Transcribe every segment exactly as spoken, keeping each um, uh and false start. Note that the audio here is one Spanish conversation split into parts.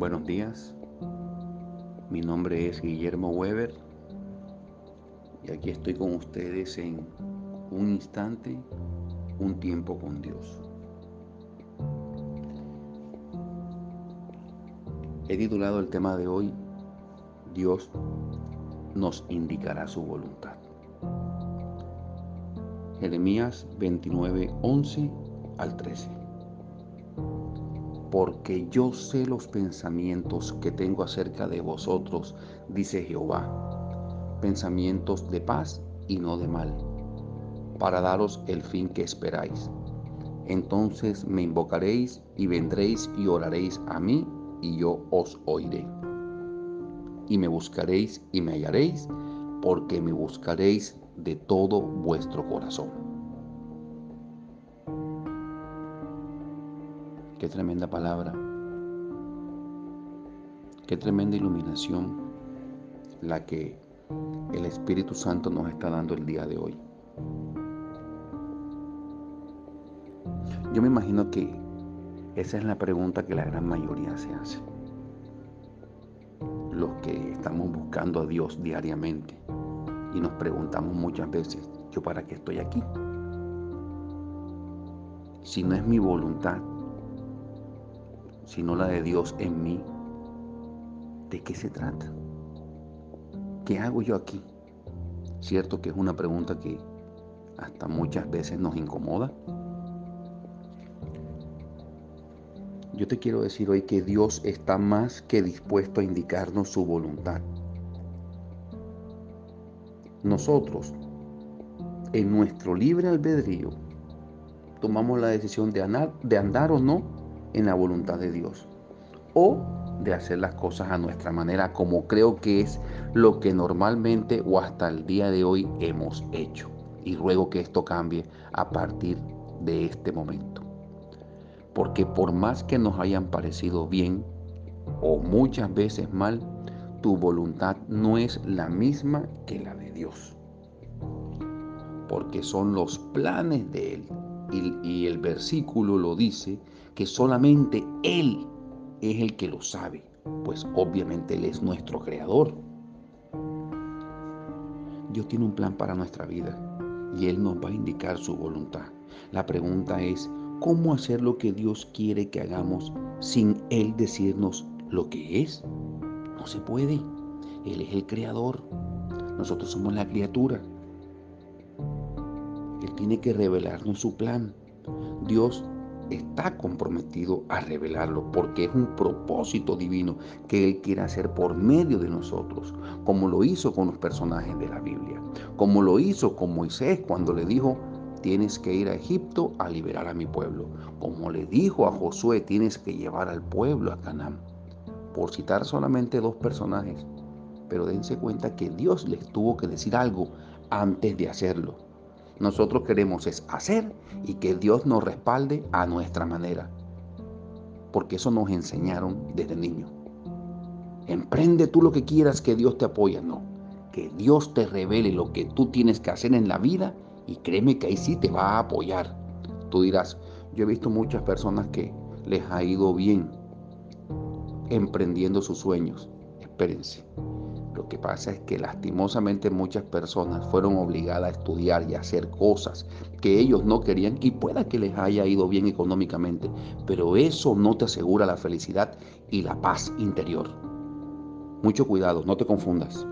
Buenos días, mi nombre es Guillermo Weber y aquí estoy con ustedes en un instante, un tiempo con Dios. He titulado el tema de hoy, Dios nos indicará su voluntad. Jeremías veintinueve, once al trece. Porque yo sé los pensamientos que tengo acerca de vosotros, dice Jehová, pensamientos de paz y no de mal, para daros el fin que esperáis. Entonces me invocaréis y vendréis y oraréis a mí, y yo os oiré. Y me buscaréis y me hallaréis, porque me buscaréis de todo vuestro corazón. Qué tremenda palabra, qué tremenda iluminación la que el Espíritu Santo nos está dando el día de hoy. Yo me imagino que esa es la pregunta que la gran mayoría se hace. Los que estamos buscando a Dios diariamente y nos preguntamos muchas veces, ¿yo para qué estoy aquí? Si no es mi voluntad, sino la de Dios en mí, ¿de qué se trata? ¿Qué hago yo aquí? Cierto que es una pregunta que hasta muchas veces nos incomoda. Yo te quiero decir hoy que Dios está más que dispuesto a indicarnos su voluntad. Nosotros, en nuestro libre albedrío, tomamos la decisión de andar, de andar o no en la voluntad de Dios, o de hacer las cosas a nuestra manera, como creo que es lo que normalmente o hasta el día de hoy hemos hecho. Y ruego que esto cambie a partir de este momento. Porque por más que nos hayan parecido bien o muchas veces mal, tu voluntad no es la misma que la de Dios. Porque son los planes de Él. Y, y el versículo lo dice que solamente Él es el que lo sabe, pues obviamente Él es nuestro creador. Dios tiene un plan para nuestra vida y Él nos va a indicar su voluntad. La pregunta es, ¿cómo hacer lo que Dios quiere que hagamos sin Él decirnos lo que es? No se puede. Él es el creador. Nosotros somos la criatura. Él tiene que revelarnos su plan. Dios está comprometido a revelarlo porque es un propósito divino que Él quiere hacer por medio de nosotros, como lo hizo con los personajes de la Biblia, como lo hizo con Moisés cuando le dijo, tienes que ir a Egipto a liberar a mi pueblo, como le dijo a Josué, tienes que llevar al pueblo a Canaán, por citar solamente dos personajes. Pero dense cuenta que Dios les tuvo que decir algo antes de hacerlo. Nosotros queremos es hacer y que Dios nos respalde a nuestra manera, porque eso nos enseñaron desde niños. Emprende tú lo que quieras, que Dios te apoya. No, que Dios te revele lo que tú tienes que hacer en la vida y créeme que ahí sí te va a apoyar. Tú dirás, yo he visto muchas personas que les ha ido bien emprendiendo sus sueños. Espérense. Lo que pasa es que lastimosamente muchas personas fueron obligadas a estudiar y a hacer cosas que ellos no querían y pueda que les haya ido bien económicamente, pero eso no te asegura la felicidad y la paz interior. Mucho cuidado, no te confundas.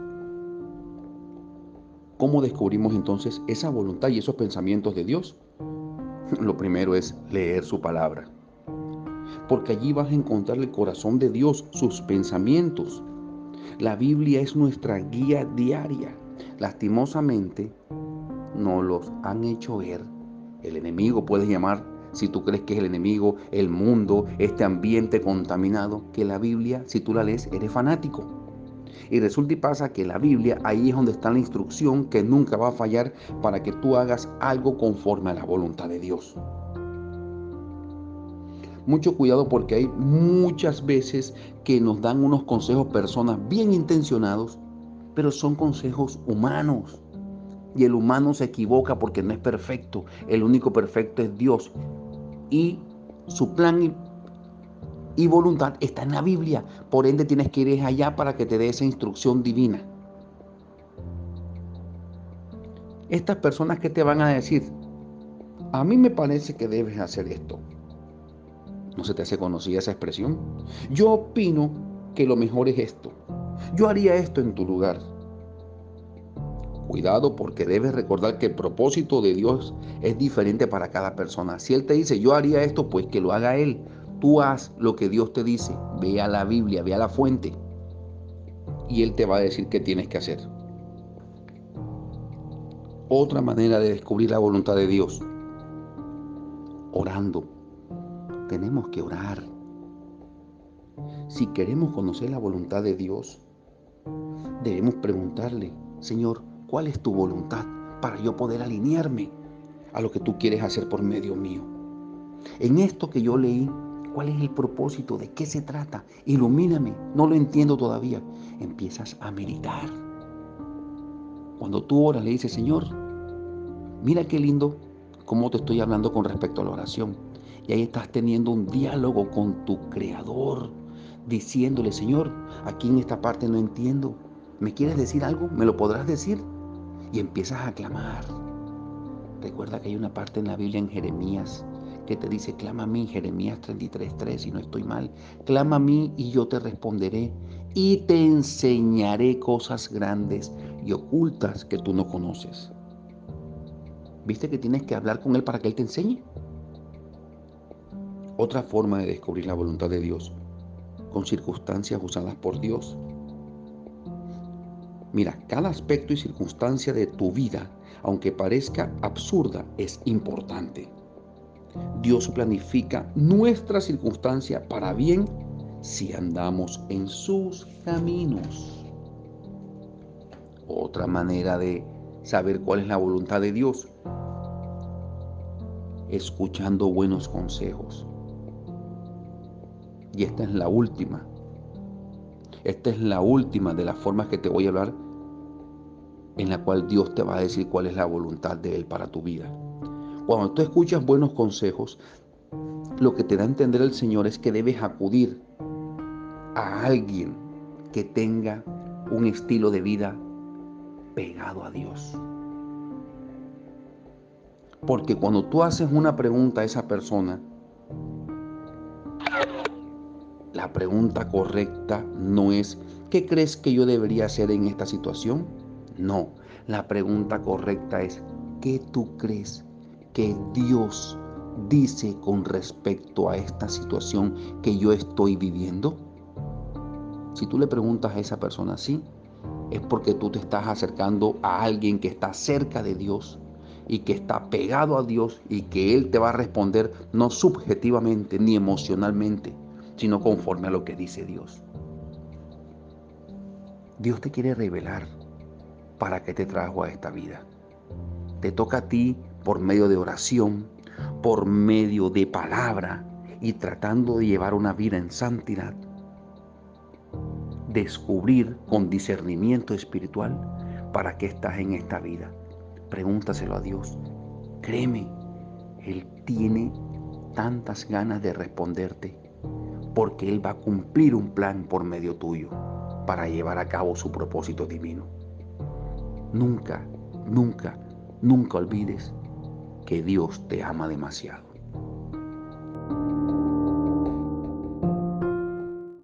¿Cómo descubrimos entonces esa voluntad y esos pensamientos de Dios? Lo primero es leer su palabra, porque allí vas a encontrar el corazón de Dios, sus pensamientos. La Biblia es nuestra guía diaria. Lastimosamente, nos los han hecho ver. El enemigo, puedes llamar, si tú crees que es el enemigo, el mundo, este ambiente contaminado, que la Biblia, si tú la lees, eres fanático. Y resulta y pasa que la Biblia, ahí es donde está la instrucción que nunca va a fallar para que tú hagas algo conforme a la voluntad de Dios. Mucho cuidado porque hay muchas veces que nos dan unos consejos personas bien intencionados, pero son consejos humanos. Y el humano se equivoca porque no es perfecto. El único perfecto es Dios. Y su plan y voluntad está en la Biblia. Por ende, tienes que ir allá para que te dé esa instrucción divina. Estas personas que te van a decir, a mí me parece que debes hacer esto. ¿No se te hace conocida esa expresión? Yo opino que lo mejor es esto. Yo haría esto en tu lugar. Cuidado, porque debes recordar que el propósito de Dios es diferente para cada persona. Si Él te dice, yo haría esto, pues que lo haga Él. Tú haz lo que Dios te dice. Ve a la Biblia, ve a la fuente. Y Él te va a decir qué tienes que hacer. Otra manera de descubrir la voluntad de Dios, orando. Tenemos que orar. Si queremos conocer la voluntad de Dios, debemos preguntarle, Señor, ¿cuál es tu voluntad para yo poder alinearme a lo que tú quieres hacer por medio mío? En esto que yo leí, ¿cuál es el propósito? ¿De qué se trata? Ilumíname, no lo entiendo todavía. Empiezas a meditar. Cuando tú oras, le dices, Señor, mira qué lindo cómo te estoy hablando con respecto a la oración. Y ahí estás teniendo un diálogo con tu Creador, diciéndole, Señor, aquí en esta parte no entiendo. ¿Me quieres decir algo? ¿Me lo podrás decir? Y empiezas a clamar. Recuerda que hay una parte en la Biblia en Jeremías que te dice, clama a mí, Jeremías treinta y tres, tres, si no estoy mal. Clama a mí y yo te responderé y te enseñaré cosas grandes y ocultas que tú no conoces. ¿Viste que tienes que hablar con Él para que Él te enseñe? Otra forma de descubrir la voluntad de Dios, con circunstancias usadas por Dios. Mira, cada aspecto y circunstancia de tu vida, aunque parezca absurda, es importante. Dios planifica nuestra circunstancia para bien si andamos en sus caminos. Otra manera de saber cuál es la voluntad de Dios, escuchando buenos consejos. Y esta es la última. Esta es la última de las formas que te voy a hablar en la cual Dios te va a decir cuál es la voluntad de Él para tu vida. Cuando tú escuchas buenos consejos, lo que te da a entender el Señor es que debes acudir a alguien que tenga un estilo de vida pegado a Dios. Porque cuando tú haces una pregunta a esa persona, la pregunta correcta no es ¿qué crees que yo debería hacer en esta situación? No, la pregunta correcta es ¿qué tú crees que Dios dice con respecto a esta situación que yo estoy viviendo? Si tú le preguntas a esa persona así, es porque tú te estás acercando a alguien que está cerca de Dios y que está pegado a Dios y que Él te va a responder no subjetivamente ni emocionalmente, sino conforme a lo que dice Dios. Dios te quiere revelar para qué te trajo a esta vida. Te toca a ti por medio de oración, por medio de palabra y tratando de llevar una vida en santidad, descubrir con discernimiento espiritual para qué estás en esta vida. Pregúntaselo a Dios. Créeme, Él tiene tantas ganas de responderte porque Él va a cumplir un plan por medio tuyo para llevar a cabo su propósito divino. Nunca, nunca, nunca olvides que Dios te ama demasiado.